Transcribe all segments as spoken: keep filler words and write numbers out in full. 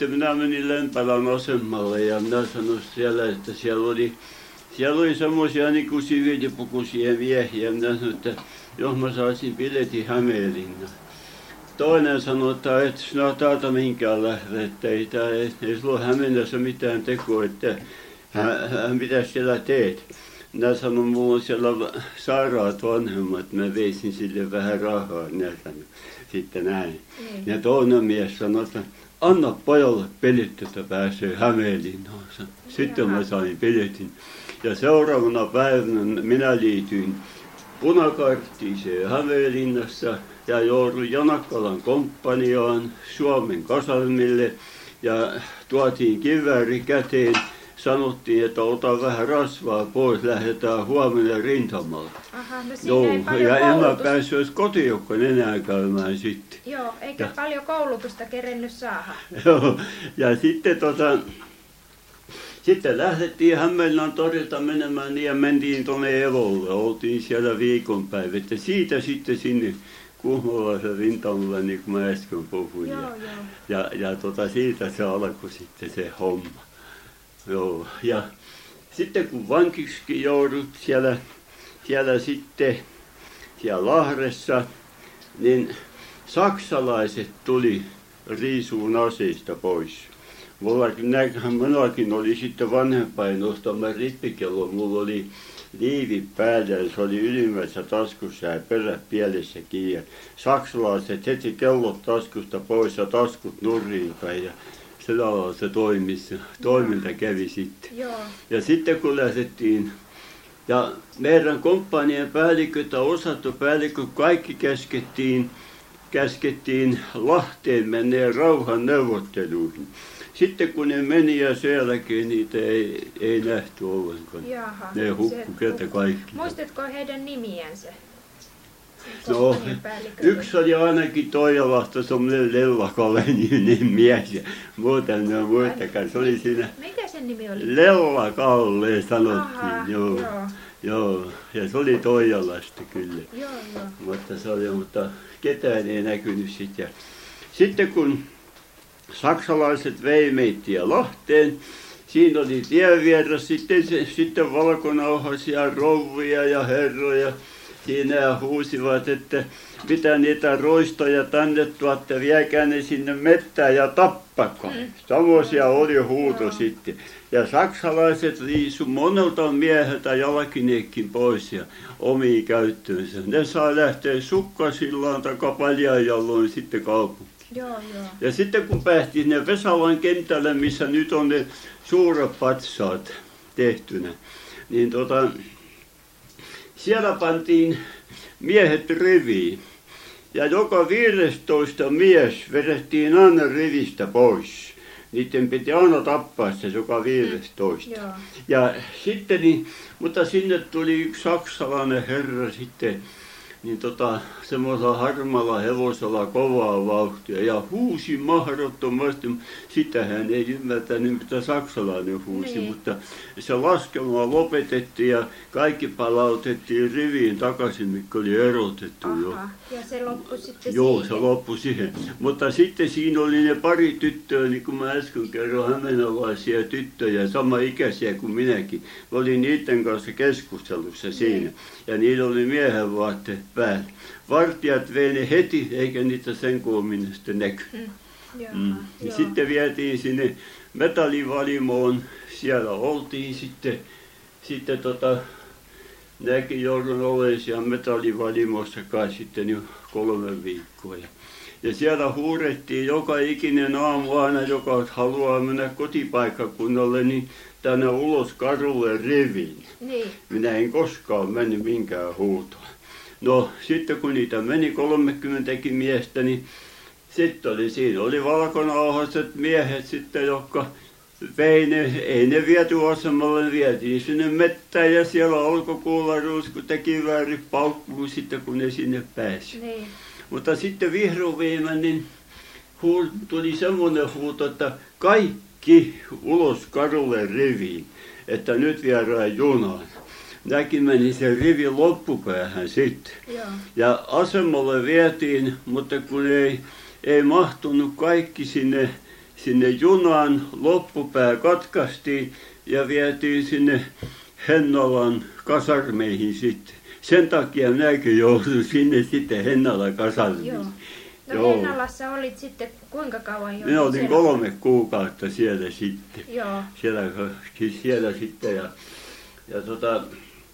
sitten minä menin Lempälän asemalle ja minä sanoin siellä, että siellä oli, siellä oli semmoisia niin kuin siviilipukuisia miehiä. Minä sanoin, että jos mä saisin piletin Hämeenlinnaan. Toinen sanoi, että et sinä täältä minkään lähde, että ei, tää, ei, ei sulla Hämeenässä mitään tekoa, että mitä siellä teet. Minä sanoin, mulla on siellä sairaat vanhemmat, mä veisin sille vähän rahaa, minä sanoin sitten näin. Mm. Ja toinen mies sanoi, että anna pojalle piletti, että pääsee Hämeenlinnaan. Sitten Jaha. Mä sain piletin. Ja seuraavana päivänä minä liityin Punakarttiseen Hämeenlinnassa ja jouduin Janakkalan komppaniaan Suomen kasarmille ja tuotiin kivääri käteen. Sanottiin, että ota vähän rasvaa pois, lähdetään huomenna rintamalle. Aha, no Joo, ei paljon ja en mä koulutusta. päässyt edes kotijoukkoon enää käymään sitten. Joo, eikä ja. paljon koulutusta kerennyt saada. Joo, ja sitten tota, sitten lähdettiin Hämeenlinnan torilta menemään niin ja mentiin tuonne Evolle. Oltiin siellä viikonpäivät ja siitä sitten sinne Kuhmolaisen rintamalle, niin kuin mä äsken puhuin. Joo, ja joo. ja, ja tota, siitä se alkoi sitten se homma. Joo, ja sitten kun vankiksikin joudut siellä, siellä sitten siellä Lahdessa, niin saksalaiset tuli riisuun aseista pois. Mullakin, minullakin oli sitten vanhempain ostama rippikello, mulla oli liivi päällä ja se oli ylimmässä taskussa ja perät pielessä kiinni. Saksalaiset heti kellot taskusta pois ja taskut nurriin päin. Ja sillä lailla se toimi, se toiminta kävi sitten. Joo. Ja sitten kun lähdettiin, ja meidän komppanien päälliköt ja osattopäälliköt kaikki käskettiin, käskettiin Lahteen menneen rauhan neuvotteluihin. Sitten kun ne meni ja sen jälkeen niitä ei, ei nähty ollenkaan. Jaha, ne hukku kerta kaikki. Muistatko heidän nimiänsä? No, yksi oli ainakin Toijalasta semmoinen Lella-Kalle-niminen mies ja muuta en muistakaan. Se oli siinä Mikä sen nimi oli? Lella-Kalle sanottiin, Aha, joo. joo. Joo, ja se oli Toijalasta kyllä. Joo, joo. Mutta se oli, mutta ketään ei näkynyt sitten. Sitten kun saksalaiset vei meitä Lahteen, siinä oli tien vieressä sitten, se, sitten valkonauhaisia rouvia ja herroja. Siinä huusivat, että mitä niitä roistoja tänne tuotte, viekää ne sinne mettään ja tappakaa. Mm. Samoisia oli huuto Joo. sitten. Ja saksalaiset riisu monelta mieheltä jalkineekin pois ja omiin käyttöönsä. Ne saa lähteä sukkasillaan tai paljain jaloin sitten kaupunkiin. Joo, joo. Ja sitten kun päästiin ne Vesalan kentälle, missä nyt on ne suuret patsaat tehtynä, niin tota, siellä pantiin miehet riviin. Ja joka viidestoista mies vedettiin aina rivistä pois. Niiden piti aina tappaa se joka viidestoista. Joo. Ja sitten, niin, mutta sinne tuli yksi saksalainen herra sitten, niin tota, semmoisella harmalla hevosella kovaa vauhtia ja huusi mahdottomasti. Sitä hän ei ymmärtänyt, mitä saksalainen huusi, niin. Mutta se laskelma lopetettiin ja kaikki palautettiin riviin takaisin, mikä oli erotettu. Aha. Jo. Ja se loppui sitten Joo, siihen. se loppui siihen. Mutta sitten siinä oli ne pari tyttöä, niin kuin mä äsken kerroin, hämeenalaisia tyttöjä, sama ikäisiä kuin minäkin. Mä olin niiden kanssa keskustelussa siinä. Niin. Ja niillä oli miehen vaatteet päällä. Vartijat vei ne heti, eikä niitä sen koommin sitten näky. Mm. Jaha, Mm. joo. Sitten vietiin sinne metallivalimoon. Siellä oltiin sitten, sitten tota, näkin joudun olemaan siellä metallivalimossa kai sitten jo kolme viikkoa. Ja, ja siellä huurettiin joka ikinen aamu aina, joka haluaa mennä kotipaikkakunnalle, niin tänne ulos karulle riviin. Niin. Minä en koskaan mennyt minkään huutoon. No sitten kun niitä meni kolmekymmentäkin miestä, niin sitten oli siinä oli valkonauhaiset miehet sitten, jotka vei ne, ei ne viety asemalle, ne vietiin sinne mettään ja siellä alkoi kuulla ruuskut ja kiväärit paukkuu sitten kun ne sinne pääsi. Niin. Mutta sitten vihdoin viimein niin huul, tuli semmoinen huuto, että kaikki ulos karulle riviin, että nyt viedään junaan. Näkin meni sen rivin loppupäähän sitten. Joo. Ja asemalle vietiin, mutta kun ei, ei mahtunut kaikki sinne, sinne junaan, loppupää katkaistiin ja vietiin sinne Hennalan kasarmeihin sitten. Sen takia minäkin jouduin sinne sitten Hennalan kasarmiin. Joo. No Joo. Hennalassa olit sitten kuinka kauan jo? Minä olin siellä? kolme kuukautta siellä sitten. Joo. Siellä, siellä sitten ja, ja tota,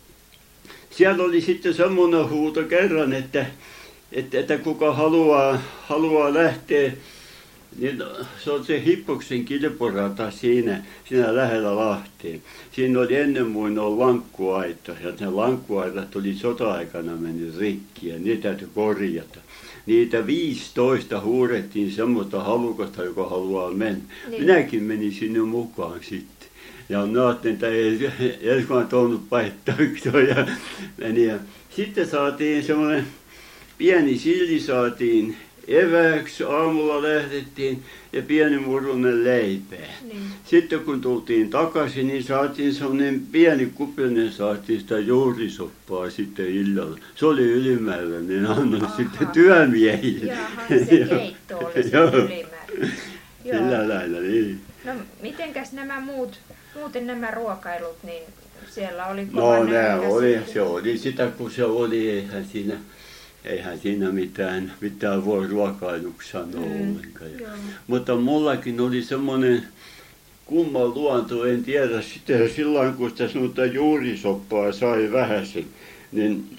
siellä oli sitten semmoinen huuto kerran, että, että, että kuka haluaa, haluaa lähteä, niin se on se Hippoksen kilporata siinä, siinä lähellä Lahteen. Siinä oli ennen muinoin lankkuaita ja ne lankkuaitat oli sota-aikana mennyt rikki ja niitä täytyy korjata. Niitä viisitoista huurettiin semmoista halukasta, joka haluaa mennä. Niin. Minäkin menin sinne mukaan sitten. Ja minä ajattelin, että ei Eskaan tuonut paittaa ja meni. Ja sitten saatiin semmoinen pieni silli saatiin evääksi, aamulla lähdettiin ja pieni murunen leipää. Niin. Sitten kun tultiin takaisin, niin saatiin semmoinen pieni kupinen, saatiin sitä juurisoppaa sitten illalla. Se oli ylimääräinen, niin annoin Aha. sitten työmiehille. Jaha, se keitto oli se Joo. ylimääräinen. Joo. Sillä lailla, niin. No mitenkäs nämä muut, muuten nämä ruokailut, niin siellä oli kova No nälkä nämä oli, sitten. se oli sitä kun se oli, eihän siinä, eihän siinä mitään, mitään voi ruokailuksi sanoa Mm, ollenkaan. joo. Mutta mullakin oli semmoinen kumma luonto, en tiedä sitä, silloin kun sitä semmoista juurisoppaa sai vähäsen, niin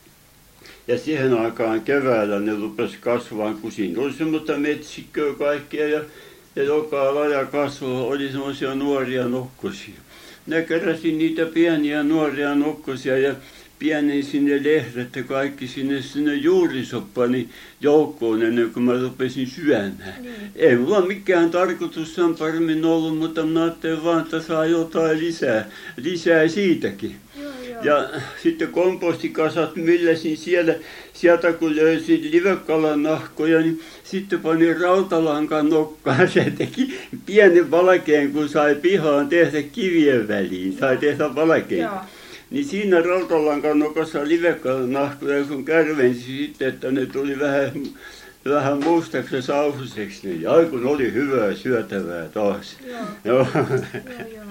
ja siihen aikaan keväällä ne rupesi kasvamaan, kun siinä oli semmoista metsikköä kaikkea ja, ja joka laja kasvoi, oli semmoisia nuoria nokkosia. Minä keräsin niitä pieniä nuoria nokkosia ja pienensin ne lehdet ja kaikki sinne, sinne juurisoppani joukkoon ennen kuin mä rupesin syömään. Niin. Ei mulla mikään tarkoitus sen paremmin ollut, mutta minä ajattelin vaan, että saa jotain lisää, lisää siitäkin. Joo, joo. Ja sitten kompostikasat mylläsin siellä, sieltä kun löysin livekalan nahkoja, niin sitten panin rautalankan nokkaan. Se teki pienen valkeen, kun sai pihaan tehdä kivien väliin, sai tehdä valkeita. Joo. Niin siinä rautalankan nokassa livekalan nahkoja, kun kärvensi sitten, että ne tuli vähän, vähän mustaksi ja sauhuseksi, niin ai kun oli hyvää syötävää taas. Joo. Joo. Joo, joo.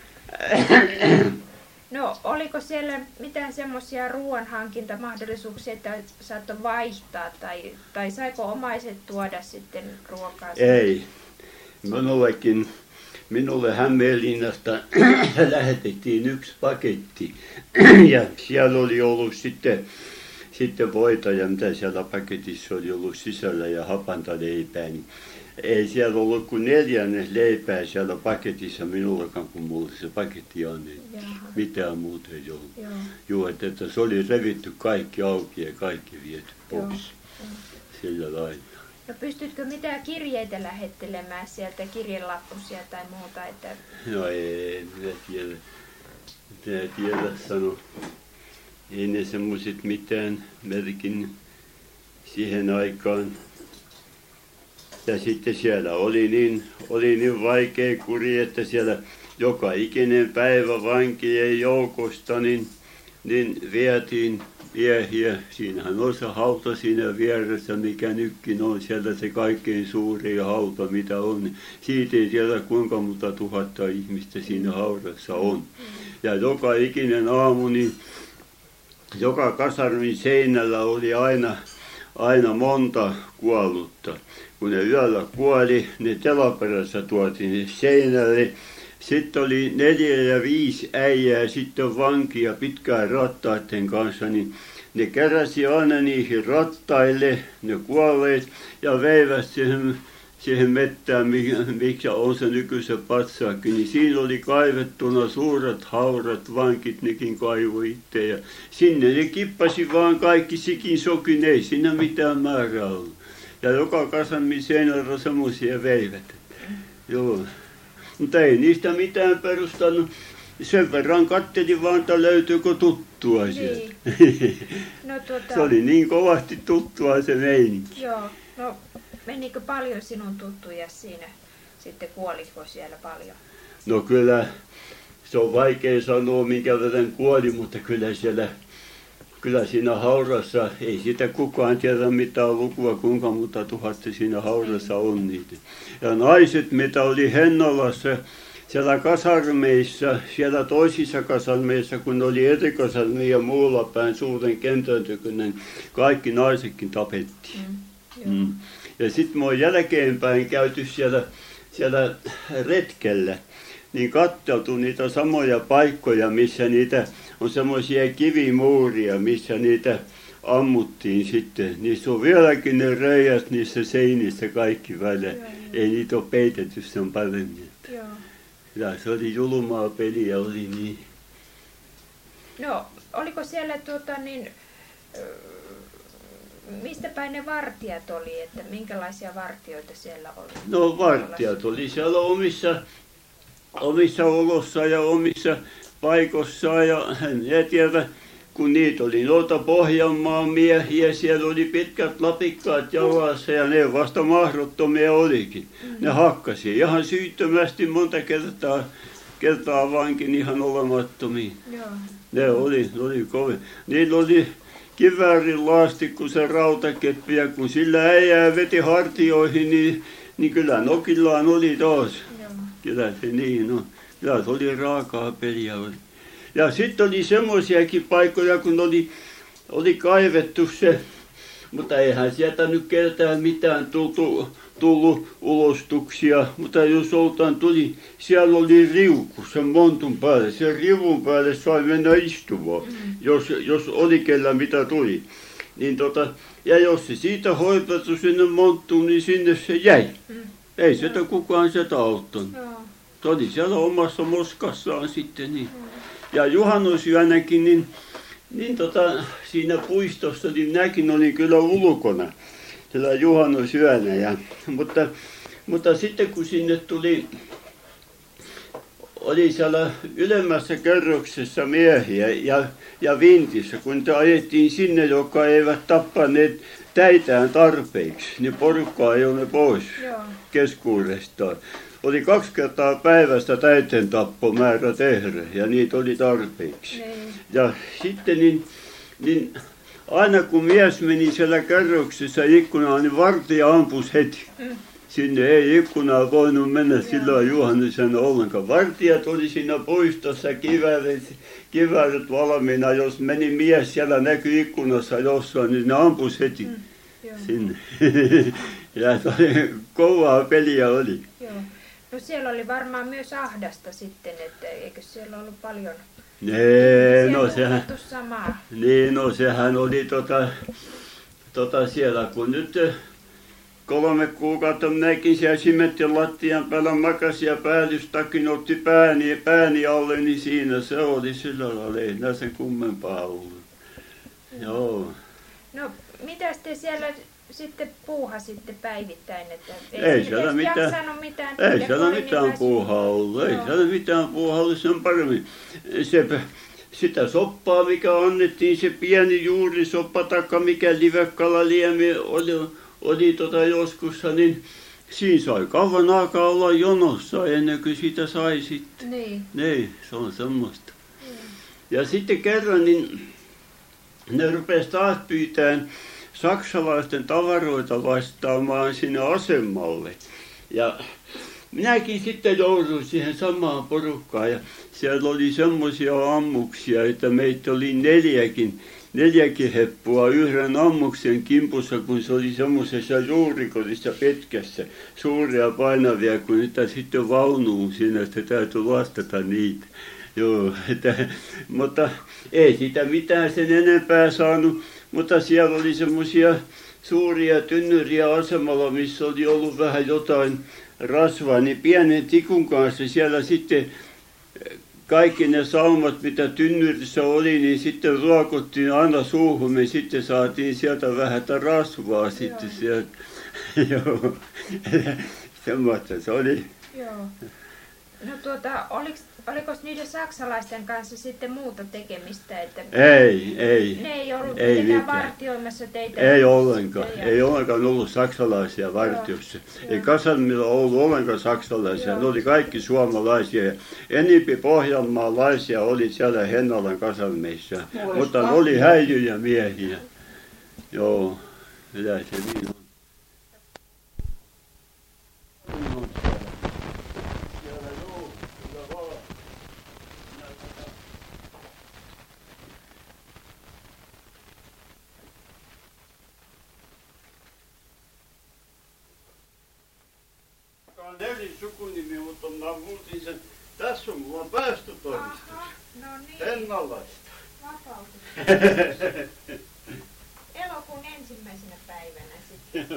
No, oliko siellä mitään semmoisia ruoanhankintamahdollisuuksia, että saattoi vaihtaa, tai, tai saiko omaiset tuoda sitten ruokaa? Ei. Minullekin, minulle Hämeenlinnasta lähetettiin yksi paketti. Ja siellä oli ollut sitten, sitten voita ja mitä siellä paketissa oli ollut sisällä ja hapantaleipää. Niin ei siellä ollut kuin neljännes leipää siellä paketissa minullakaan, kun mulle se paketti annettiin. Jaha. Mitään muuta ei ollut. Joo. Joo, että, että se oli revitty kaikki auki ja kaikki viety pois. Joo. Sillä lailla. No pystytkö mitään kirjeitä lähettelemään sieltä, kirjelappusia tai muuta? Että... No ei, minä tiedä. Minä tiedä sano. Ei ne semmoiset mitään merkin siihen aikaan. Ja sitten siellä oli niin, oli niin vaikea kuri, että siellä joka ikinen päivä vankien joukosta niin, niin vietiin miehiä. Siinähän on se hauta siinä vieressä, mikä nytkin on siellä se kaikkein suurin hauta, mitä on. Siitä ei tiedä kuinka monta tuhatta ihmistä siinä haudassa on. Ja joka ikinen aamu, niin joka kasarmin seinällä oli aina, aina monta kuollutta. Kun ne yöllä kuoli, ne telaperässä tuotiin seinälle. Sitten oli neljä ja viisi äijää sitten vankia pitkään rattaiden kanssa, niin ne keräsi aina niihin rattaille ne kuolleet ja veivät siihen, siihen mettään, mikä on se nykyisen patsaakki. Niin siinä oli kaivettuna suuret haurat, vankit nekin kaivoi itse ja sinne ne kippasi vaan kaikki sikin sokin, ei siinä mitään määrää ollut. Ja joka kasarmin seinällä semmoisia veivät. Joo. Mutta ei niistä mitään perustanut. Sen verran katselin vaan, että löytyykö tuttua sieltä. Niin. No, tuota... Se oli niin kovasti tuttua se meininki. Joo. No, menikö paljon sinun tuttuja siinä? Sitten kuoliko siellä paljon? No kyllä, se on vaikea sanoa minkä verran kuoli, mutta kyllä siellä, kyllä siinä haudassa, ei sitä kukaan tiedä mitään lukua, kuinka monta tuhatta siinä haudassa on niitä. Ja naiset, mitä oli Hennalassa, siellä kasarmeissa, siellä toisissa kasarmeissa, kun oli eri kasarmeja muulla päin suuren kentän tykönä, niin kaikki naisetkin tapettiin. Mm, mm. Ja sitten me on jälkeenpäin käyty siellä, siellä retkellä, niin katseltu niitä samoja paikkoja, missä niitä on semmoisia kivimuuria, missä niitä ammuttiin sitten. Niissä on vieläkin ne reiät niissä seinissä kaikki välillä. Ei niitä ole peitetty sen paremmin. Joo. Ja se oli julmaa peliä, oli niin. No, oliko siellä tuota niin, mistä päin ne vartijat oli, että minkälaisia vartijoita siellä oli? No vartijat oli siellä omissa, omissa olossa ja omissa paikoissaan ja en tiedä, kun niitä oli noita Pohjanmaan miehiä, siellä oli pitkät lapikkaat jalassa ja ne vasta mahdottomia olikin. Mm-hmm. Ne hakkasi ihan syyttömästi monta kertaa, kertaa vainkin ihan olemattomiin. Joo. Ne oli, ne oli kovin. Niillä oli kiväärin laastikko se rautakeppi ja kun sillä äijää veti hartioihin, niin, niin kyllä nokillaan oli taas. Joo. Kyllä se niin on. Kyllä se oli raakaa peliä. Oli. Ja sitten oli semmoisiakin paikkoja, kun oli, oli kaivettu se, mutta eihän sieltä nyt kertaan mitään tultu, tullut ulostuksia, mutta jos oltaan tuli, siellä oli riuku sen montun päälle, sen rivun päälle sai mennä istumaan, mm-hmm. jos, jos oli kellä mitä tuli. Niin tota, ja jos se siitä hoipatui sinne monttuun, niin sinne se jäi. Mm. Ei sitä no. kukaan sitä auttanut. No. Se oli siellä omassa moskassaan sitten niin. Mm. Ja juhannusyönäkin, niin, niin tota, siinä puistossa, niin minäkin olin kyllä ulkona siellä juhannusyönä. Ja, mutta, mutta sitten kun sinne tuli, oli siellä ylemmässä kerroksessa miehiä ja, ja vintissä, kun te ajettiin sinne, jotka eivät tappaneet täitään tarpeeksi, niin porukkaa ei ole pois Joo. keskuudestaan. Oli kaksi kertaa päivästä täyteen tappomäärä tehdä, ja niitä oli tarpeeksi. Niin. Ja sitten niin, niin aina kun mies meni siellä kerroksessa ikkunaan, niin vartija ampui heti. Mm. Sinne ei ikkunaan voinut mennä Joo. silloin juhannusena ollenkaan. Vartijat oli siinä puistossa, kiväärit, kiväärit valmiina. Jos meni mies siellä näkyi ikkunassa jossain, niin ne ampui heti mm. sinne. Ja se oli kovaa peliä oli. Joo. No siellä oli varmaan myös ahdasta sitten, että eikö siellä ollut paljon? Nee, no sehän, niin, no sehän oli tota, tota siellä, kun nyt kolme kuukautta minäkin siellä simettin lattian päällä makasin ja päällystakin otti pääni, pääni alle, niin siinä se oli sillä lailla, ei nää sen kummempaa ollut. Mm. Joo. No, mitäs te siellä sitten puuhasitte päivittäin, että ei, ei siellä mitään, mitään, ei siellä mitään puuhaa ollut, ei siellä mitään puuhaa ollut sen paremmin. Se, sitä soppaa, mikä annettiin, se pieni juurisoppa, taikka mikä livekkalaliemi oli, oli tota joskus, niin siinä sai kauan aikaa olla jonossa ennen kuin sitä sai sitten. Niin. Niin, se on semmoista. Mm. Ja sitten kerran, niin ne rupesi taas pyytämään saksalaisten tavaroita vastaamaan sinne asemalle. Ja minäkin sitten jouduin siihen samaan porukkaan ja siellä oli semmoisia ammuksia, että meitä oli neljäkin, neljäkin heppua yhden ammuksen kimpussa, kun se oli semmoisessa juurikodissa pitkässä, suuria painavia, kun niitä sitten vaunuun siinä, että täytyy vastata niitä. Joo, että, mutta ei sitä mitään sen enempää saanut. Mutta siellä oli semmoisia suuria tynnyriä asemalla, missä oli ollut vähän jotain rasvaa, niin pienen tikun kanssa siellä sitten kaikki ne saumat, mitä tynnyrissä oli, niin sitten ruokottiin aina suuhun, niin sitten saatiin sieltä vähän rasvaa sitten sieltä. Joo, semmoista se oli. Joo. No tuota, oliks, olikos niiden saksalaisten kanssa sitten muuta tekemistä? Että Ei, ei. Ne ei ollut ei mitenkään mitään. Vartioimassa teitä? Ei ollenkaan. Ja... Ei ollenkaan ollut saksalaisia vartiossa. Ei joo. kasarmilla ollut ollenkaan saksalaisia. Joo. Ne oli kaikki suomalaisia. Ja enempi pohjanmaalaisia oli siellä Hennalan kasarmeissa. Olis Mutta ne pakko. oli häijyjä miehiä. Joo, kyllä se niin on. Siellä, joo, kyllä vaan. Tämä on eri sukunimi, mutta mä muutin sen. Tässä on mulla päästötodistus. Aha, no niin. Hennalaista. Vapautus. Elokuun ensimmäisenä päivänä sitten.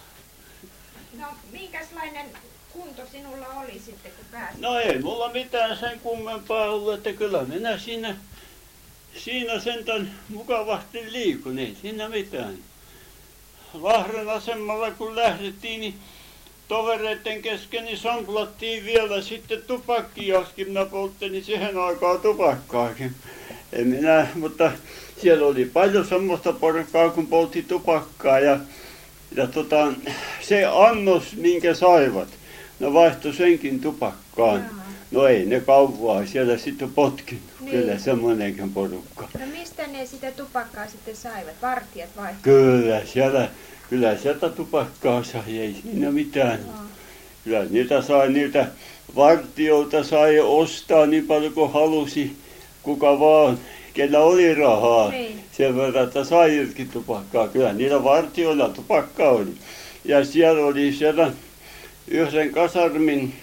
No, minkälainen kunto sinulla oli sitten, kun pääsit? No ei mulla mitään sen kummempaa ollut, että kyllä minä siinä, siinä sentään mukavasti liikun, ei siinä mitään. Lahden asemalla kun lähdettiin, niin tovereiden kesken niin samplattiin vielä sitten tupakkiaskin. Minä polttelin siihen aikaan tupakkaakin. En minä, mutta siellä oli paljon semmoista porukkaa, kun poltti tupakkaa ja, ja tota, se annos, minkä saivat, ne vaihtoi senkin tupakkaan. Jaa. No ei ne kauaa siellä sitten potkinut, Niin. kyllä semmoinenkin porukka. No mistä ne sitä tupakkaa sitten saivat? Vartijat vai? Kyllä siellä, kyllä sieltä tupakkaa sai, ei siinä mitään. Joo. Kyllä niitä sai, niitä vartijoilta sai ostaa niin paljon kuin halusi, kuka vaan, kellä oli rahaa. Niin. Sen verran, että sai irti tupakkaa. Kyllä niillä vartijoilla tupakkaa oli. Ja siellä oli siellä yhden kasarmin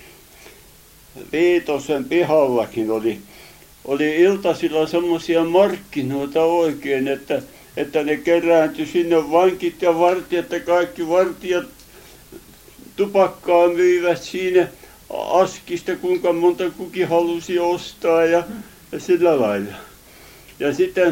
viitosen pihallakin oli, oli iltasilla semmoisia markkinoita oikein, että, että ne kerääntyi sinne vankit ja vartijat ja kaikki vartijat tupakkaa myivät siinä askista, kuinka monta kukin halusi ostaa ja, ja sillä lailla. Ja sitten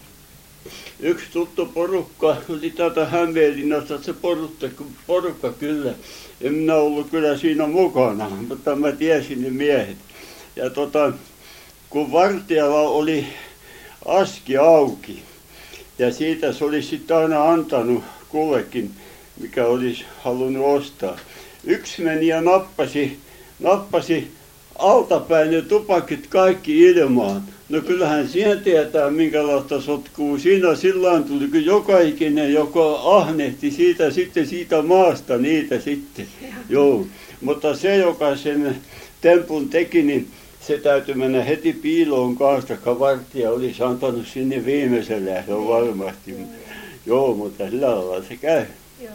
yksi tuttu porukka oli täältä Hämeenlinnasta, se porukka, porukka kyllä. En minä ollut kyllä siinä mukana, mutta mä tiesin ne miehet. Ja tota, kun vartijalla oli aski auki, ja siitä se olisi sitten aina antanut kullekin, mikä olisi halunnut ostaa. Yksi meni ja nappasi, nappasi altapäin ne tupakit kaikki ilmaan. No kyllähän siihen tietää, minkälaista sotkuu. Siinä silloin tuli kun joka ikinen, joka ahnehti siitä sitten siitä maasta niitä sitten. Joo. Mutta se, joka sen tempun teki, niin se täytyy mennä heti piiloon kanssa, koska vartija olisi antanut sinne viimeisen lähdön varmasti. Joo, mutta sillä lailla se käy. Joo.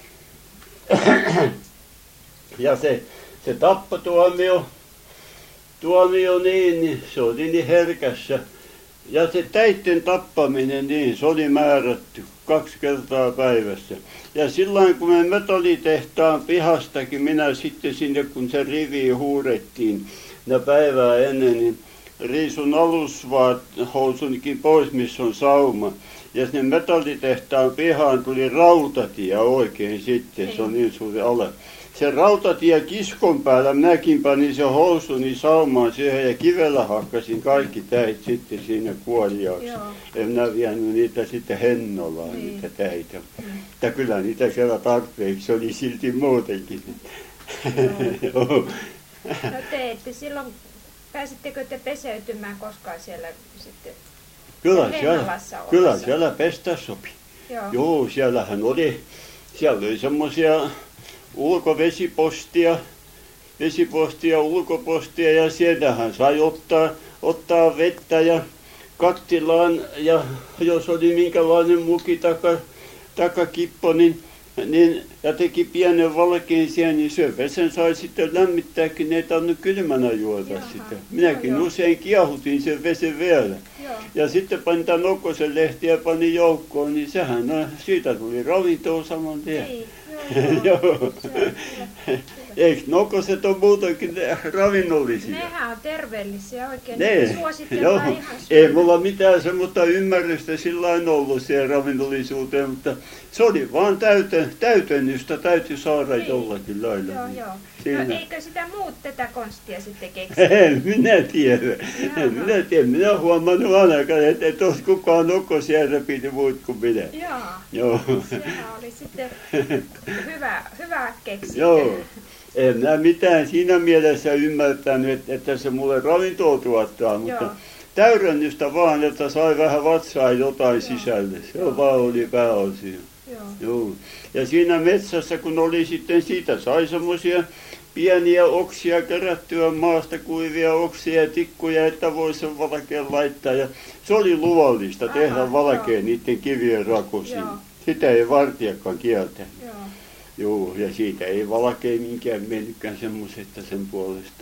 Ja se, se tappotuomio, tuomio niin, niin se oli niin herkässä. Ja se täitten tappaminen, niin se oli määrätty kaksi kertaa päivässä. Ja silloin kun me metallitehtaan pihastakin, minä sitten sinne kun se rivi huurettiin ja päivää ennen, niin riisun alusvaat-housunkin pois, missä on sauma. Ja sinne metallitehtaan pihaan tuli rautatie oikein sitten, se on niin suuri ala. Se rautatie kiskon päällä, minäkin panin se housuni saumaan siihen ja kivellä hakkasin kaikki täit sitten siinä kuoliaaksi. Joo. En minä vienyt niitä sitten Hennolaan, Niin. niitä täitä. Mutta kyllä niitä siellä tarpeeksi oli silti muutenkin. Joo. Joo. No te ette silloin, pääsittekö te peseytymään koskaan siellä sitten? Kyllä siellä, Hennalassa kyllä ollessa? siellä pestä sopi. Joo. Joo, siellähän oli, siellä oli semmoisia ulkovesipostia, vesipostia, ulkopostia ja sieltähän sai ottaa, ottaa vettä ja kattilaan ja jos oli minkälainen muki taka, takakippo, niin, niin, ja teki pienen valkeen siihen, niin se vesen sai sitten lämmittääkin, ei tarvinnut kylmänä juoda Jaha. sitä. Minäkin Joo, joo. usein kiehutin sen vesen vielä. Joo. Ja sitten panin tämän nokkosen lehtiä panin joukkoon, niin sehän, no, siitä tuli ravintoa saman tien. Niin, joo, joo. Joo. Se on kyllä, kyllä. Eikö nokkoset on muutenkin ravinnollisia? Nehän on terveellisiä oikein. Ne, Niitä joo. suositellaan ihan Ei syödä. mulla mitään semmoista ymmärrystä sillain ollut siihen ravinnollisuuteen, mutta se oli vaan täyten, täytennystä täytyy saada Niin. jollakin lailla. Joo, niin. joo. siinä. No eikö sitä muut tätä konstia sitten keksi? En minä tiedä. En minä tiedä. Minä olen huomannut ainakaan, että et olisi kukaan nokko siellä repinyt muut kuin minä. Joo. Joo. Siellä oli sitten hyvä, hyvä keksintö. Joo. En minä mitään siinä mielessä ymmärtänyt, että se mulle ravintoa tuottaa, mutta Joo. täydennystä vaan, että sai vähän vatsaa jotain Joo. sisälle. Se Joo. vaan oli pääasia. Joo. Joo. Ja siinä metsässä, kun oli sitten siitä, sai semmoisia pieniä oksia kerättyä maasta, kuivia oksia ja tikkuja, että voi sen valkeen laittaa. Ja se oli luvallista Aha, tehdä valkeen joo. niiden kivien rakoisin. Joo. Sitä ei vartijakaan kieltä. Joo. Joo, ja siitä ei valkeen minkään mennytkään semmoisesta sen puolesta.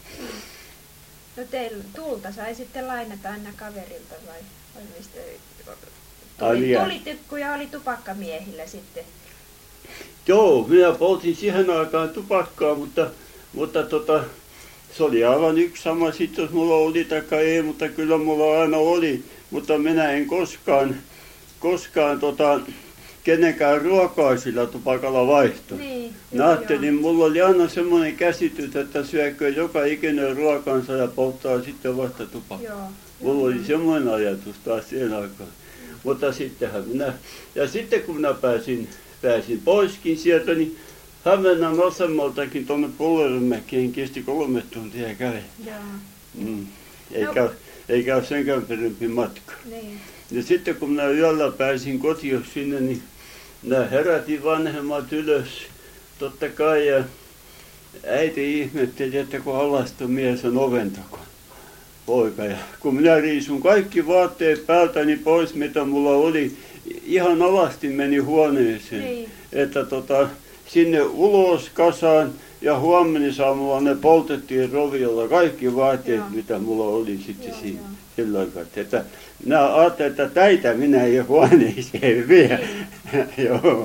No teillä tulta sai sitten lainata aina kaverilta vai, vai mistä? Ai Tuli, niin. tulitikkuja oli tupakkamiehillä sitten. Joo, minä poltin siihen aikaan tupakkaa, mutta, mutta tota, se oli aivan yksi sama sitten, jos mulla oli taikka ei, mutta kyllä mulla aina oli. Mutta minä en koskaan, koskaan tota, kenenkään ruokaa sillä tupakalla vaihto. Niin, Mä ajattelin, mulla oli aina semmoinen käsitys, että syökö joka ikinen ruokansa ja polttaa sitten vasta tupakkaa. Joo. Mulla oli semmoinen ajatus taas siihen aikaan. Mutta sittenhän minä, ja sitten kun minä pääsin, pääsin poiskin sieltä, niin Hämeenannan asemaltakin tuonne Pulleronmäkeen kesti kolme tuntia kävellä. Joo. Mm. Eikä, no. eikä ole senkään pidempi matka. Niin. Ja sitten kun minä yöllä pääsin kotiin sinne, niin minä herätin vanhemmat ylös, totta kai, ja äiti ihmetteli, että kun alastui mies on oven takana. Poika. Ja kun minä riisun kaikki vaatteet päältäni pois, mitä mulla oli, ihan alasti meni huoneeseen. Niin. Että tota, sinne ulos kasaan ja huomenisaamulla ne poltettiin roviolla kaikki vaatteet, Joo. mitä mulla oli sitten Joo, siinä. joo. Sillä aikaa. Että minä ajattelin, että täitä minä ei huoneeseen vie. Joo.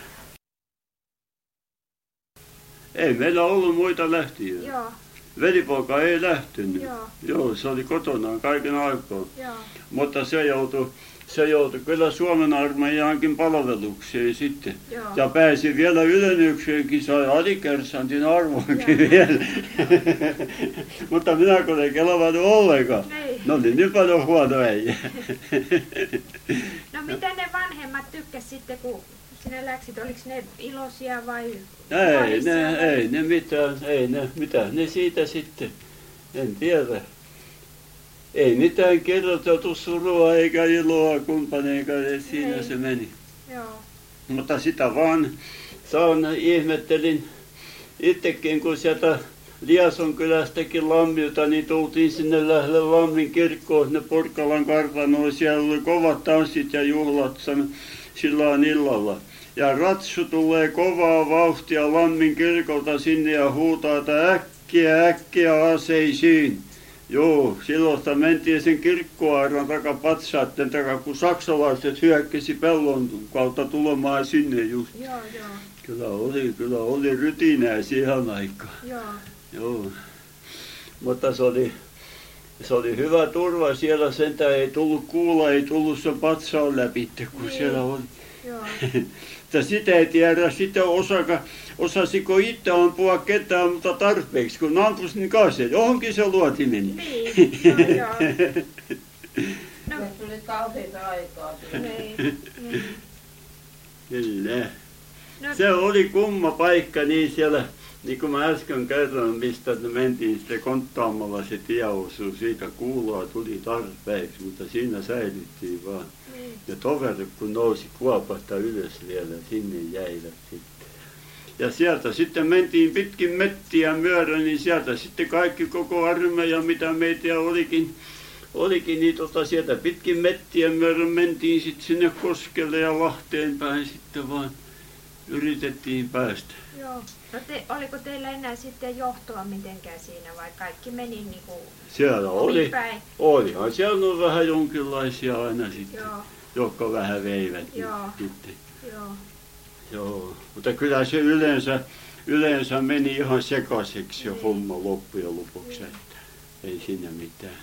Ei meillä ollut muita lähtiöitä. Joo. Velipoika ei lähtenyt. Joo. Joo, se oli kotonaan kaiken aikaa. Joo. Mutta se joutui, se joutui kyllä Suomen armeijaankin palvelukseen sitten. Joo. Ja pääsi vielä ylennykseenkin, sai alikersantin arvonkin Joo. vielä. Mutta minä kun ei kelvannut ollenkaan. Niin. No niin, nyt paljon huono äijä. No mitä ne vanhemmat tykkäs sitten, kun sinä läksit? Oliko ne iloisia vai Ei huolissaan ne, vai- ei ne mitään, ei ne mitään. Ne siitä sitten, en tiedä. Ei mitään kerroteltu surua eikä iloa kumppaneikaan, siinä Ei. se meni. Joo. Mutta sitä vaan sauna ihmettelin itsekin, kun sieltä Liason kylästäkin Lammilta, niin tultiin sinne lähelle Lammin kirkkoon, sinne Porkkalan kartanoon. Siellä oli kovat tanssit ja juhlat sen silloin illalla. Ja ratsu tulee kovaa vauhtia Lammin kirkolta sinne ja huutaa, että äkkiä, äkkiä aseisiin. Joo, silloista mentiin sen kirkkoairan takapatsaiden takaa, kun saksalaiset hyökkäsi pellon kautta tulemaan sinne just. Joo, joo. Kyllä oli, kyllä oli rytinää siihen aikaan. Joo. Joo. Mutta se oli, se oli hyvä turva siellä, sentään ei tullut kuulla, ei tullut sen patsaan läpi, kun Niin. siellä oli. Joo. Että sitä ei tiedä, sitten osaka, osasiko itse ampua ketään, mutta tarpeeksi, kun ampus, niin kai se johonkin se luoti meni. Niin, joo, joo. No, Se tuli kauheita aikaa. niin, niin. Kyllä. No, Se oli kumma paikka niin siellä, niin kuin mä äsken kerran, mistä mentiin sitten konttaamalla se tieosuus, siitä kuulua tuli tarpeeksi, mutta siinä säilyttiin vaan. niin. Ja toverit kun nousi kuopasta ylös vielä, sinne jäivät sitten. Ja sieltä sitten mentiin pitkin mettiä myöden, niin sieltä sitten kaikki koko armeija, mitä meitä olikin, olikin niin tota sieltä pitkin mettiä myöden mentiin sitten sinne Koskelle ja Lahteen päin sitten vaan yritettiin päästä. Joo. No te, oliko teillä enää sitten johtoa mitenkään siinä vai kaikki meni niin kuin Siellä oli, päin? olihan siellä on vähän jonkinlaisia aina sitten, Joo, jotka vähän veivät niin Joo. sitten. joo. Joo, mutta kyllä se yleensä, yleensä meni ihan sekaiseksi se Niin. homma loppujen lopuksi, Niin. että ei siinä mitään.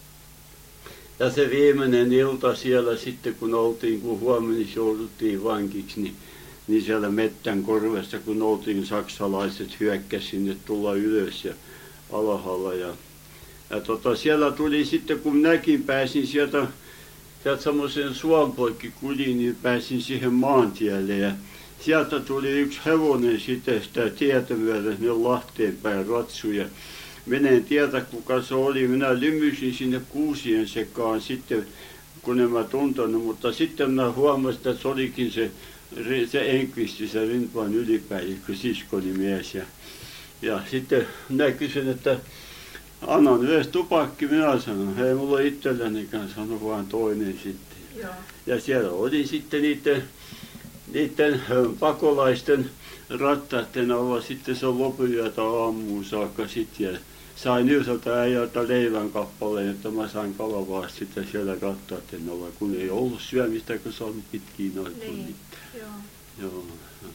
Ja se viimeinen ilta siellä sitten, kun oltiin, kun huomenissa jouduttiin vankiksi, niin niin siellä mettän korvessa, kun oltiin, saksalaiset hyökkäsi sinne tulla ylös ja alhaalla. Ja, ja tota, siellä tuli sitten, kun minäkin pääsin sieltä, sieltä semmoisen suon poikki kuliin, niin pääsin siihen maantielle. Ja sieltä tuli yksi hevonen sitten sitä tietä myöden sinne Lahteen päin ratsuja. Minä en tiedä, kuka se oli. Minä lymysin sinne kuusien sekaan sitten, kun en mä tuntenut, mutta sitten mä huomasin, että se olikin se, se Enqvisti, se Rintvan ylipäällikkö, siskoni mies. Ja, ja sitten minä kysyin, että annan yhdessä tupakki, minä sanon, hei mulla on itsellänikään, sano vaan toinen sitten. Joo. Ja siellä oli sitten niiden, niiden pakolaisten rattaiden alla sitten se lopuyötä aamuun saakka sitten. Ja sain yhdeltä äijältä leivän kappaleen, että mä sain kalavaa sitten siellä rattaiden alla, kun ei ollut syömistä, kun saanut pitkiin aikoihin. Niin, joo. Joo.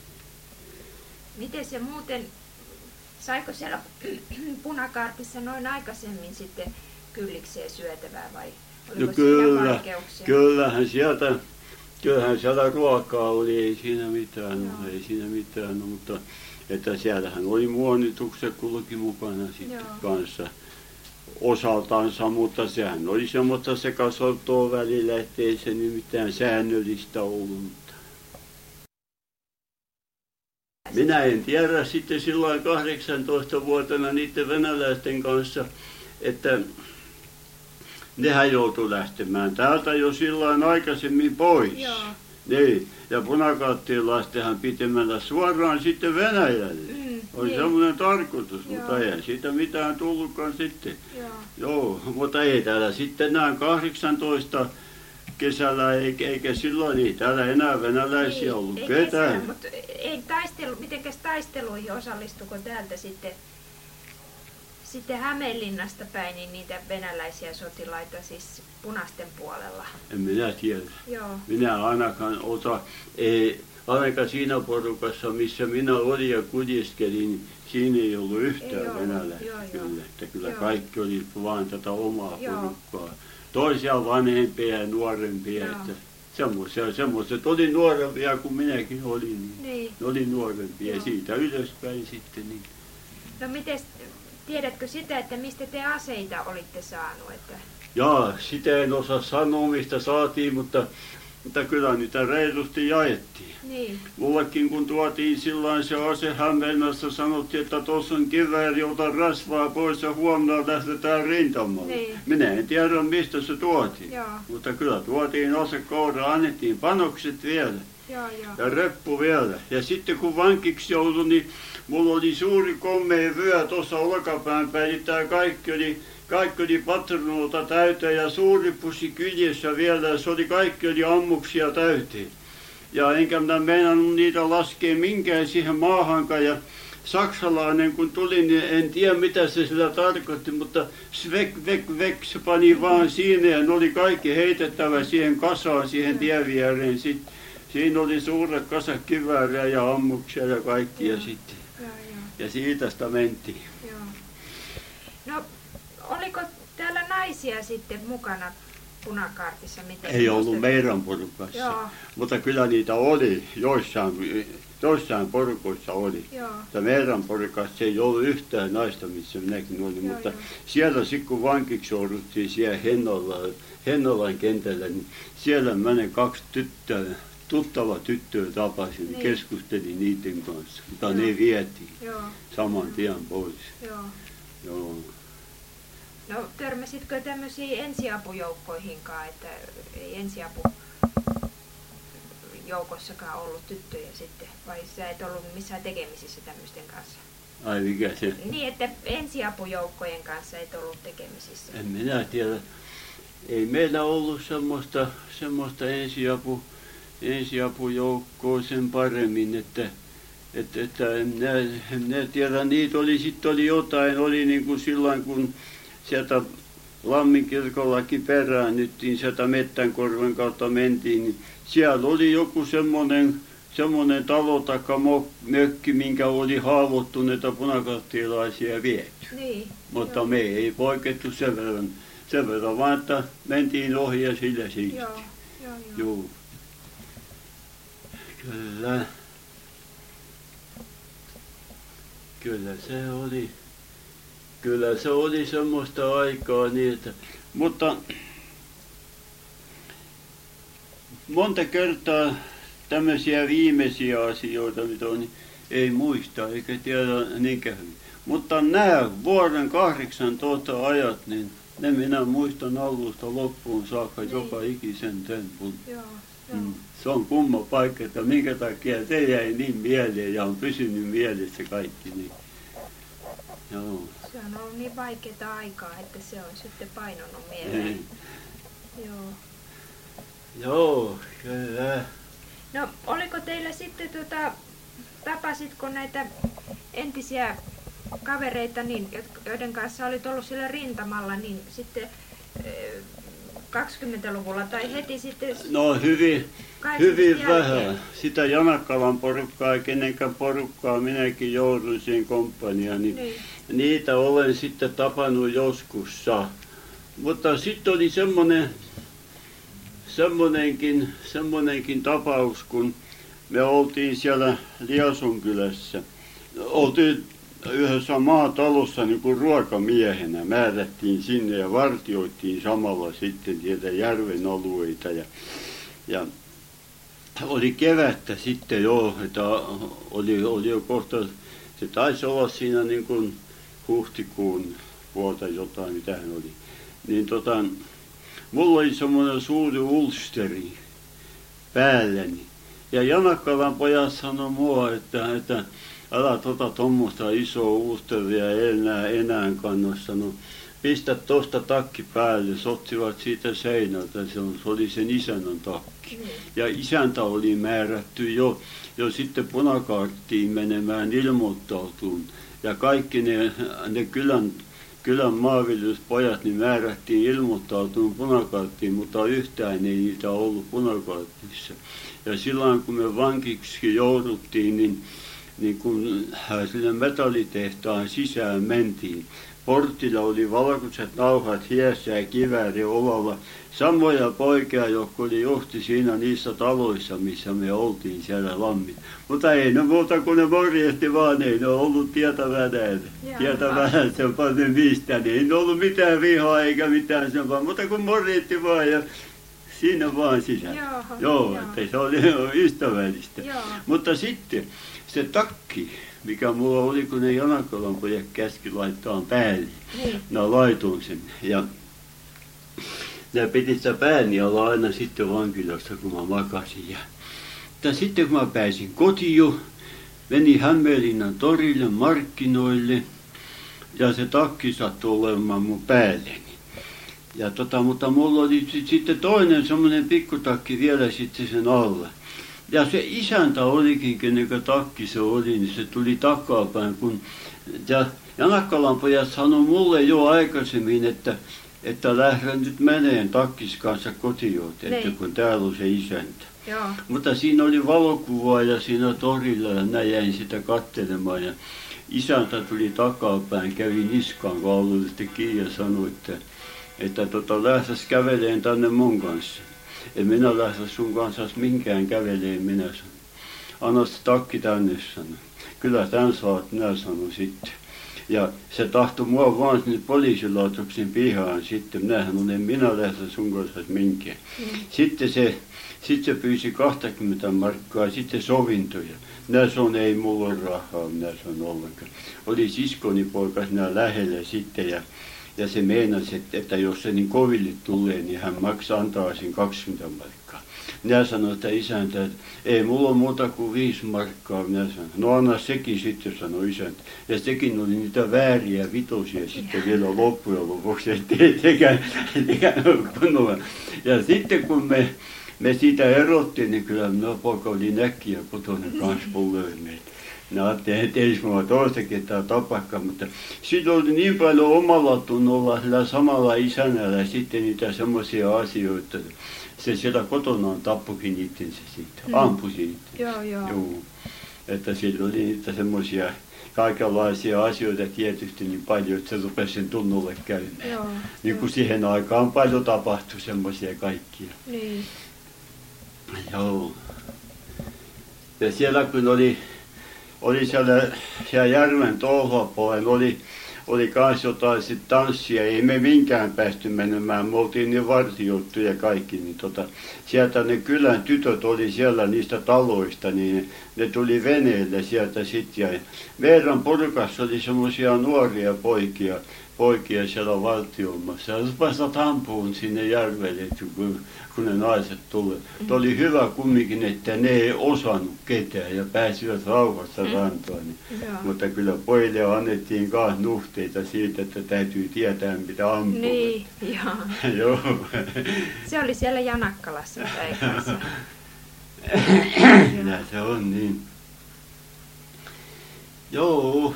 Miten se muuten, saiko siellä Punakaartissa noin aikaisemmin sitten kyllikseen syötävää vai oliko No kyllä, vaikeuksia? kyllähän sieltä, kyllähän siellä ruokaa oli, ei siinä mitään, no, ei siinä mitään, no, mutta että siellähän oli muonitukset kulki mukana sitten Joo. kanssa osaltansa, mutta sehän oli semmoista sekasortoa välillä, ettei se nyt mitään säännöllistä ollut. Minä en tiedä sitten silloin kahdeksantoistavuotena niiden venäläisten kanssa, että nehän joutui lähtemään täältä jo silloin aikaisemmin pois. Joo. Niin, ja punakaartilaistenhan piti mennä suoraan sitten Venäjälle. Mm, Oli niin. semmoinen tarkoitus, Joo. mutta ei siitä mitään tullutkaan sitten. Joo. Joo, mutta ei täällä sitten näin kahdeksantoista kesällä, eikä, eikä silloin ei täällä enää venäläisiä Ei, ollut ei ketään. kesällä, mutta ei taistelu, mitenkäs taisteluihin osallistuko täältä sitten, sitten Hämeenlinnasta päin niin niitä venäläisiä sotilaita siis punaisten puolella? En minä tiedä. Joo. Minä ainakaan ota, ei, ainakaan siinä porukassa, missä minä olin ja kuljeskelin, niin siinä ei ollut yhtään Ei ollut, venäläistä. joo, joo. Kyllä, että kyllä Joo. kaikki oli vaan tätä omaa Joo. porukkaa. Toisia vanhempia ja nuorempia. Joo. Että semmoisia, semmoiset oli nuorempia kuin minäkin olin. Niin Niin. ne oli nuorempia Joo. ja siitä ylöspäin sitten. Niin. No mites, tiedätkö sitä, että mistä te aseita olitte saanut? Että... Jaa, sitä en osaa sanoa, mistä saatiin, mutta, mutta kyllä niitä reilusti jaettiin. Niin. Mullekin kun tuotiin silloin se ase Hämeenlinnassa, sanottiin, että tuossa on kivääri, ota rasvaa pois ja huomenna lähdetään rintamalle. Niin. Minä en tiedä, mistä se tuotiin. Joo. Mutta kyllä tuotiin asekoura, annettiin panokset vielä Joo, joo. ja reppu vielä. Ja sitten kun vankiksi joudun, niin mulla oli suuri kommea vyö tuossa olkapään päin, niin tämä kaikki oli, kaikki oli patronuota täyteen ja suuri pussi kyljessä vielä, ja se oli, kaikki oli ammuksia täyteen. Ja enkä minä meinannut niitä laskea minkään siihen maahankaan. Ja saksalainen kun tuli, niin en tiedä mitä se sillä tarkoitti, mutta svek, vek, vek, se pani vaan siinä ja ne oli kaikki heitettävä siihen kasaan, siihen tieviereen. Sitten siinä oli suuret kasat kivääriä ja ammuksia ja kaikkia sitten. Joo, joo. Ja siitä sitä mentiin. Joo. No, oliko täällä naisia sitten mukana Punakaartissa? Miten Ei ollut muistat? meidän porukassa, Joo. mutta kyllä niitä oli, joissain, joissain porukoissa oli. Joo. Mutta meidän porukassa ei ollut yhtään naista, missä minäkin olin, Joo, mutta joo. siellä sitten kun vankiksi jouduttiin siellä Hennolan, Hennolan kentällä, niin siellä menen kaksi tyttöä, tuttava tyttöä tapasin, Niin. keskustelin niiden kanssa, mutta Joo. ne vietiin Joo. saman tien pois. Joo. Joo. No, törmäsitkö tämmöisiin ensiapujoukkoihinkaan, että ei ensiapujoukossakaan ollut tyttöjä sitten, vai sä et ollut missään tekemisissä tämmöisten kanssa? Ai mikä se? Niin, että ensiapujoukkojen kanssa et ollut tekemisissä. En minä tiedä. Ei meillä ollut semmoista, semmoista ensiapu, ensiapujoukkoa sen paremmin, että, että, että en minä, en minä tiedä, niitä oli, sitten oli jotain, oli niin kuin silloin kun sieltä Lamminkirkollakin peräännyttiin, sieltä Mettänkorven kautta mentiin, niin siellä oli joku semmoinen, semmoinen talo taikka mökki, minkä oli haavoittuneita punakaartilaisia viety. Niin. Mutta Joo. me ei poikettu sen verran, sen verran vaan, että mentiin ohi ja sillä siitä. Joo, joo, joo. Joo. Kyllä. kyllä se oli, kyllä se oli semmoista aikaa niin, että, mutta monta kertaa tämmöisiä viimeisiä asioita, mitä on, niin ei muista eikä tiedä niinkään hyvin. Mutta nämä vuoden kahdeksantoista ajat, niin ne minä muistan alusta loppuun saakka niin. Joka ikisen tempun. Joo, joo. Mm. Se on kumma paikka, että minkä takia se jäi niin mieleen ja on pysynyt mielessä kaikki. Niin. Joo. Se on ollut niin vaikeaa aikaa, että se on sitten painunut mieleen. Ei. Joo. Joo, kyllä. No, oliko teillä sitten, tota, tapasitko näitä entisiä kavereita, niin, joiden kanssa olit ollut siellä rintamalla, niin sitten kaksikymmentäluvulla tai heti sitten... No hyvin, hyvin vähän. Sitä Janakkalan porukkaa, kenenkään porukkaa minäkin joudun siihen komppaniaan, niin, niin niitä olen sitten tapannut joskus. Mutta sitten oli semmoinen, semmoinenkin, semmoinenkin tapaus, kun me oltiin siellä Liasonkylässä. Oltiin yhdessä maatalossa niin kuin ruokamiehenä, määrättiin sinne ja vartioitiin samalla sitten sieltä järven alueita. Ja, ja oli kevättä sitten jo, että oli, oli jo kohta, se taisi olla siinä niin kuin huhtikuun puolta jotain, mitä hän oli. Niin tota, mulla oli semmoinen suuri ulsteri päälläni. Ja Janakkalan pojat sanoi mua, että, että älä tota tuommoista isoa ulsteria enää, enää kannossa. No, pistä tuosta takki päälle. Se ottivat siitä seinältä. Se, on, se oli sen isännän takki. Mm. Ja isäntä oli määrätty jo, jo sitten punakaarttiin menemään ilmoittautumaan. Ja kaikki ne, ne kylän, kylän maanviljelyspojat niin määrättiin ilmoittautumaan punakaarttiin, mutta yhtään ei niitä ollut punakaartissa. Ja silloin kun me vankiksi jouduttiin, niin niin kun sinne metallitehtaan sisään mentiin. Portilla oli valkoiset nauhat hiessä ja kivääri olalla. Samoja poikia, jotka oli johti siinä niissä taloissa, missä me oltiin siellä lammilla. Mutta ei ne muuta kuin ne morjesti vaan, ei ne ollut tietävää näitä. Tietävää sen paljon mistä, niin ei ne ollut mitään vihaa eikä mitään sen vaan, mutta kun morjesti vaan ja siinä vaan sisällä. Joo, joo, joo. Että se oli ystävällistä. Joo. Mutta sitten se takki, mikä mulla oli, kun ne Janakkalan pojat käski laittaa päälle. Niin. Mä laitoin sen. Ja ne piti sitä pääni olla aina sitten vankilassa, kun mä makasin. Ja, ja sitten kun mä pääsin kotiin, menin Hämeenlinnan torille markkinoille ja se takki sattui olemaan mun päälleni. Ja tota, mutta mulla oli sitten toinen semmoinen pikkutakki vielä sitten sen alla. Ja se isäntä olikin, kenen takki se oli, niin se tuli takapäin, kun ja Janakkalan pojat sanoi mulle jo aikaisemmin, että, että lähden nyt meneen takkis kanssa kotiin, että kun täällä on se isäntä. Joo. Mutta siinä oli valokuvaa ja siinä torilla ja näin jäin sitä katselemaan ja isäntä tuli takapäin, kävi niskaan kaulullisesti kiinni ja sanoi, että, että tota, lähtäisi käveleen tänne mun kanssa. En minä lähde sun kanssa minkään käveleen, minä sanon. Anna se takki tänne, sanon. Kyllä tämän saat, minä sanon sitten. Ja se tahtoi mua vaan sinne poliisilaitoksen pihaan sitten. Minähän olen, minä lähden sun kanssa minkään. Mm. Sitten se, sit se pyysi kaksikymmentä markkaa, sitten sovintoja. Minä sanon, ei mulla ole rahaa, minä sanon ollenkaan. Oli siskoni poika siinä lähellä sitten ja Ja se meinasi, että, että jos se niin koville tulee, niin hän maksaa antaa sen kaksikymmentä markkaa. Minä sanoin, että isäntä, että ei mulla ole muuta kuin viisi markkaa. Minä sanoin, no anna sekin sitten, sanoi isäntä. Ja sekin oli niitä vääriä vitosia sitten vielä loppujen lopuksi, ettei sekään, sekään kunnolla. Ja sitten kun me, me siitä erottiin, niin kyllä minä poika oli näkkiä kotoinen kanssa pulloihin. No ajattelin, että ei mulla toista ketään tapahkaan, mutta siinä oli niin paljon omalla tunnolla sillä samalla isänällä sitten niitä semmoisia asioita. Se siellä kotonaan tappukin itsensä siitä, mm. ampui siitä. Joo, joo. Joo. Että sillä oli niitä semmoisia kaikenlaisia asioita tietysti niin paljon, että se rupesi sen tunnolle käymään. Joo, niin kuin siihen aikaan paljon tapahtui semmoisia kaikkia. Niin. Joo. Ja siellä kun oli oli siellä, siellä järven toisella puolella, oli, oli kans jotain sit tanssia, ei me minkään päästy menemään, me oltiin niin vartioittu ja kaikki, niin tota, sieltä ne kylän tytöt oli siellä niistä taloista, niin ne tuli veneelle sieltä sitten, ja meidän porukassa oli semmoisia nuoria poikia, poikia siellä valtioimassa, ja rupesivat ampuun sinne järvelle, kun, kun ne naiset tuli. Mm. Oli hyvä kumminkin, että ne ei osannut ketään ja pääsivät rauhassa mm. rantaan. Niin. Mutta kyllä pojille annettiin myös nuhteita siitä, että täytyy tietää, mitä ampua. Niin, joo. Joo. Se oli siellä Janakkalassa paikassa. Kyllä se on niin. Joo.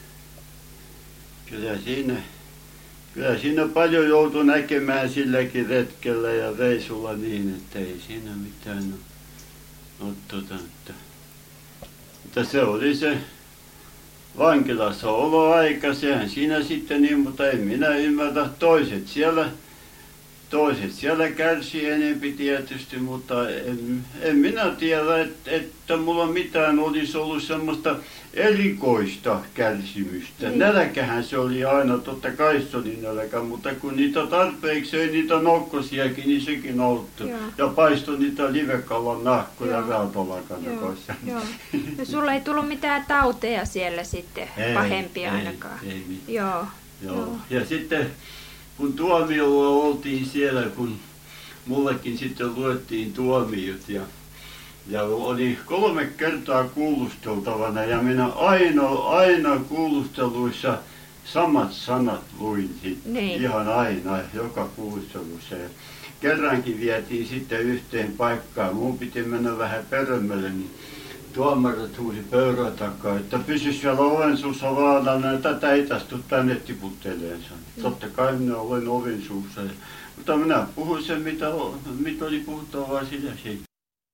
Kyllä siinä, kyllä siinä paljon joutui näkemään silläkin retkellä ja reissulla niin, että ei siinä mitään ole, ole tota, että, mutta se oli se vankilassa oloaika, sehän siinä sitten niin, mutta en minä ymmärrä, toiset siellä, toiset siellä kärsii enempi tietysti, mutta en, en minä tiedä, että, että mulla mitään olisi ollut semmoista erikoista kärsimystä. Niin. Nälkähän se oli aina, totta kai se oli nälkä, mutta kun niitä tarpeeksi ei niitä nokkosiakin, niin sekin auttoi. Joo. Ja paistoi niitä livekalan nahkoja rautalakan kanssa. Joo. No sulla ei tullut mitään tauteja siellä sitten, ei, pahempia ei, ainakaan. Ei, ei. Joo. Joo. Joo. Ja sitten kun tuomiolla oltiin siellä, kun mullekin sitten luettiin tuomiot ja Ja oli kolme kertaa kuulusteltavana ja minä aina, aina kuulusteluissa samat sanat luin sitten. Niin. Ihan aina, joka kuulustelussa. Ja kerrankin vietiin sitten yhteen paikkaan. Mun piti mennä vähän peremmälle, niin tuomarit huusi pöydän takaa, että pysys vielä oven suussa vaadana, ja tätä ei tästä tänne tiputteleen. Mm. Totta kai minä olen oven suussa. Mutta minä puhuin sen, mitä, mitä oli puhuttavaa sillä siitä.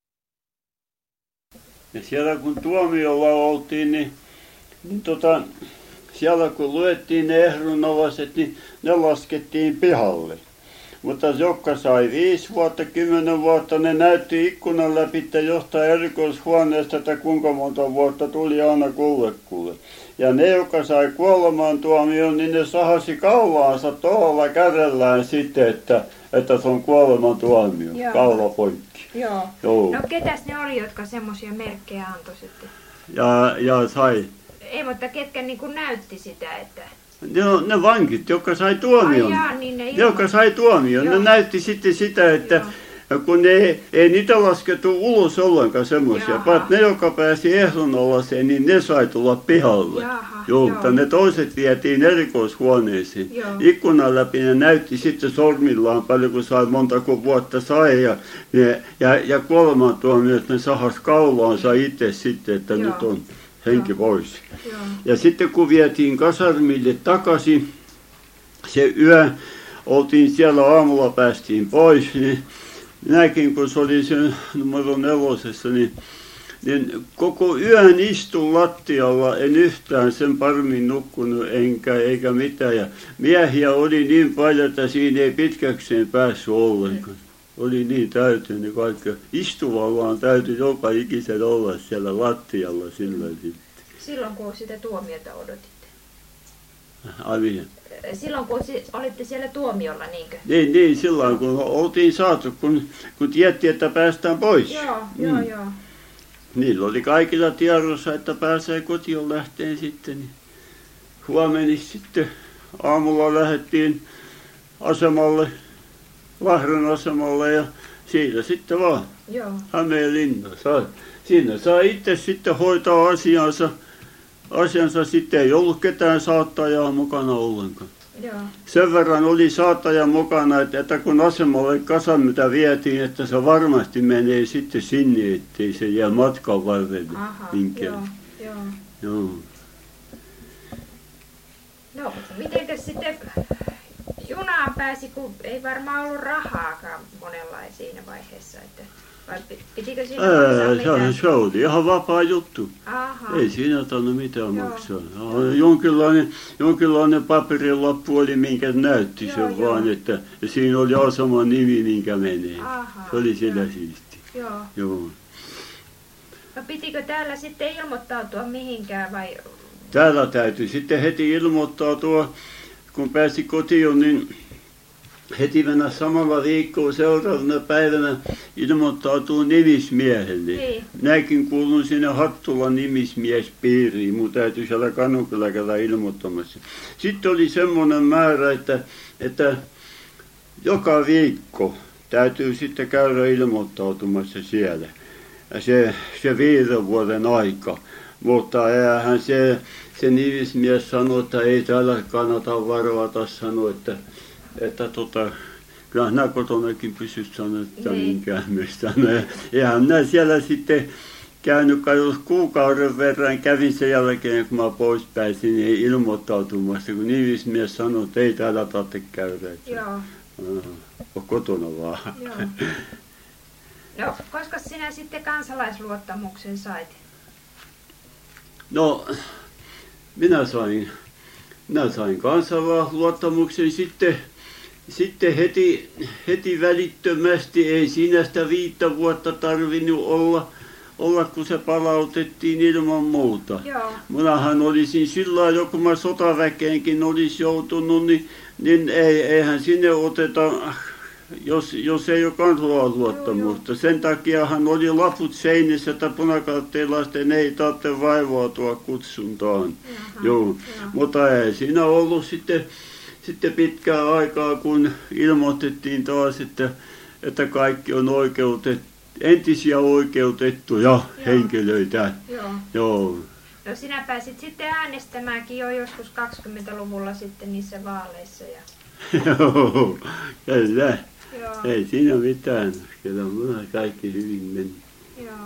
Ja siellä kun tuomiolla oltiin, niin, niin tota, siellä kun luettiin ne ehdonalaiset, niin ne laskettiin pihalle. Mutta jotka sai viisi vuotta, kymmenen vuotta, ne näytti ikkunan läpi, että jostain erikoishuoneesta, että kuinka monta vuotta tuli aina kullekulle. Ja ne, jotka sai kuolemaan tuomion, niin ne sahasi kaulaansa tuolla kädellään sitten, että, että se on kuoleman tuomio, kaula poikki. Joo. Joo. No ketäs ne oli, jotka semmoisia merkkejä antoi sitten? Ja, ja sai. Ei, mutta ketkä niin kuin näytti sitä, että... Ne, ne vankit, jotka sai tuomion. Ai jaa, niin ne jotka sai tuomion. Joo. Ne näytti sitten sitä, että... Joo. Kun ne, ei niitä laskettu ulos ollenkaan semmoisia, vaan ne, jotka pääsi ehdonalaiseen, niin ne sai tulla pihalle. Jaha, joo, mutta ne toiset vietiin erikoishuoneeseen. Joo. Ikkunan läpi ne näytti sitten sormillaan paljon, kun sai montako vuotta sai. Ja, ne, ja, ja kuolemantuomiot ne sahas kaulaansa itse sitten, että joo. Nyt on henki pois. Joo. Ja sitten kun vietiin kasarmille takaisin, se yö, oltiin siellä aamulla, päästiin pois, niin minäkin, kun se oli sen numero nelosessa, niin, niin koko yön istun lattialla, en yhtään sen paremmin nukkunut enkä, eikä mitään. Ja miehiä oli niin paljon, että siinä ei pitkäkseen päässyt ollenkaan. Oli niin täytynyt kaikki. Istuvallaan täytyi joka ikisen olla siellä lattialla sillä sitten. Silloin kun sitä tuomiota odotitte? Ai Silloin kun olitte siellä tuomiolla, niinkö? Niin, niin silloin kun oltiin saatu, kun, kun tiedettiin, että päästään pois. Joo, mm. joo, joo. Niillä oli kaikilla tiedossa, että pääsee kotiin lähteen sitten. Niin huomenna sitten aamulla lähdettiin asemalle, Lahden asemalle ja siitä sitten vaan joo. Hämeenlinna. Siinä saa itse sitten hoitaa asiansa. Asiansa sitten ei ollut ketään saattajaa mukana ollenkaan. Joo. Sen verran oli saattaja mukana, että, että kun asemalle kasan mitä vietiin, että se varmasti menee sitten sinne, ettei se jää matkan varrelle minkään. Joo, joo. Joo. No, mitenkäs sitten junaan pääsi, kun ei varmaan ollut rahaakaan monella siinä vaiheessa, että... Vai pitikö siinä Ää, mitään? Se oli ihan vapaa juttu. Aha. Ei siinä tarvinnut mitään joo. maksaa. Jonkinlainen, jonkinlainen paperilappu oli, minkä näytti joo, sen joo. vaan, että siinä oli aseman nimi, minkä menee. Aha, se oli sillä siisti. Joo. joo. No pitikö täällä sitten ilmoittautua mihinkään vai? Täällä täytyy sitten heti ilmoittautua, kun pääsi kotiin, niin heti mennä samalla viikkoa seuraavana päivänä ilmoittautuu nimismiehelle. Niin. Minäkin kuulun sinne Hattulan nimismiespiiriin, mun täytyy siellä Kannukilla käydä ilmoittamassa. Sitten oli semmoinen määrä, että, että joka viikko täytyy sitten käydä ilmoittautumassa siellä. Ja se, se viiden vuoden aika. Mutta eihän se, se nimismies sanoi, että ei täällä kannata varovata, sanoi, että, että tota, kyllä minä kotonakin pysyt sanoa, että Niin. minkään mistä. Eihän minä siellä sitten käynyt kai kuukauden verran, kävin sen jälkeen, kun mä pois pääsin niin ilmoittautumassa, kun nimismies sanoi, että ei täällä tarvitse käydä. Että, Joo. on kotona vaan. Joo. No, koska sinä sitten kansalaisluottamuksen sait? No, minä sain, minä sain kansalaisluottamuksen sitten, sitten heti, heti välittömästi, ei siinä sitä viittä vuotta tarvinnut olla, olla, kun se palautettiin ilman muuta. Joo. Minähän olisin sillä lailla, kun mä sotaväkeenkin olisi joutunut, niin, niin ei, eihän sinne oteta, jos, jos ei ole kansalaisluottamusta. Sen takiahan oli laput seinissä, että punakaartilaisten ei tarvitse vaivautua kutsuntaan. Jaha, Joo. joo. Mutta ei siinä ollut sitten, sitten pitkää aikaa, kun ilmoitettiin taas, että, että kaikki on oikeutettu, entisiä oikeutettuja Joo. henkilöitä. Joo. Joo. No sinä pääsit sitten äänestämäänkin jo joskus kaksikymmentäluvulla sitten niissä vaaleissa. Ja... Joo, kyllä. Joo. Ei siinä mitään. Kyllä minulla kaikki hyvin meni. Joo.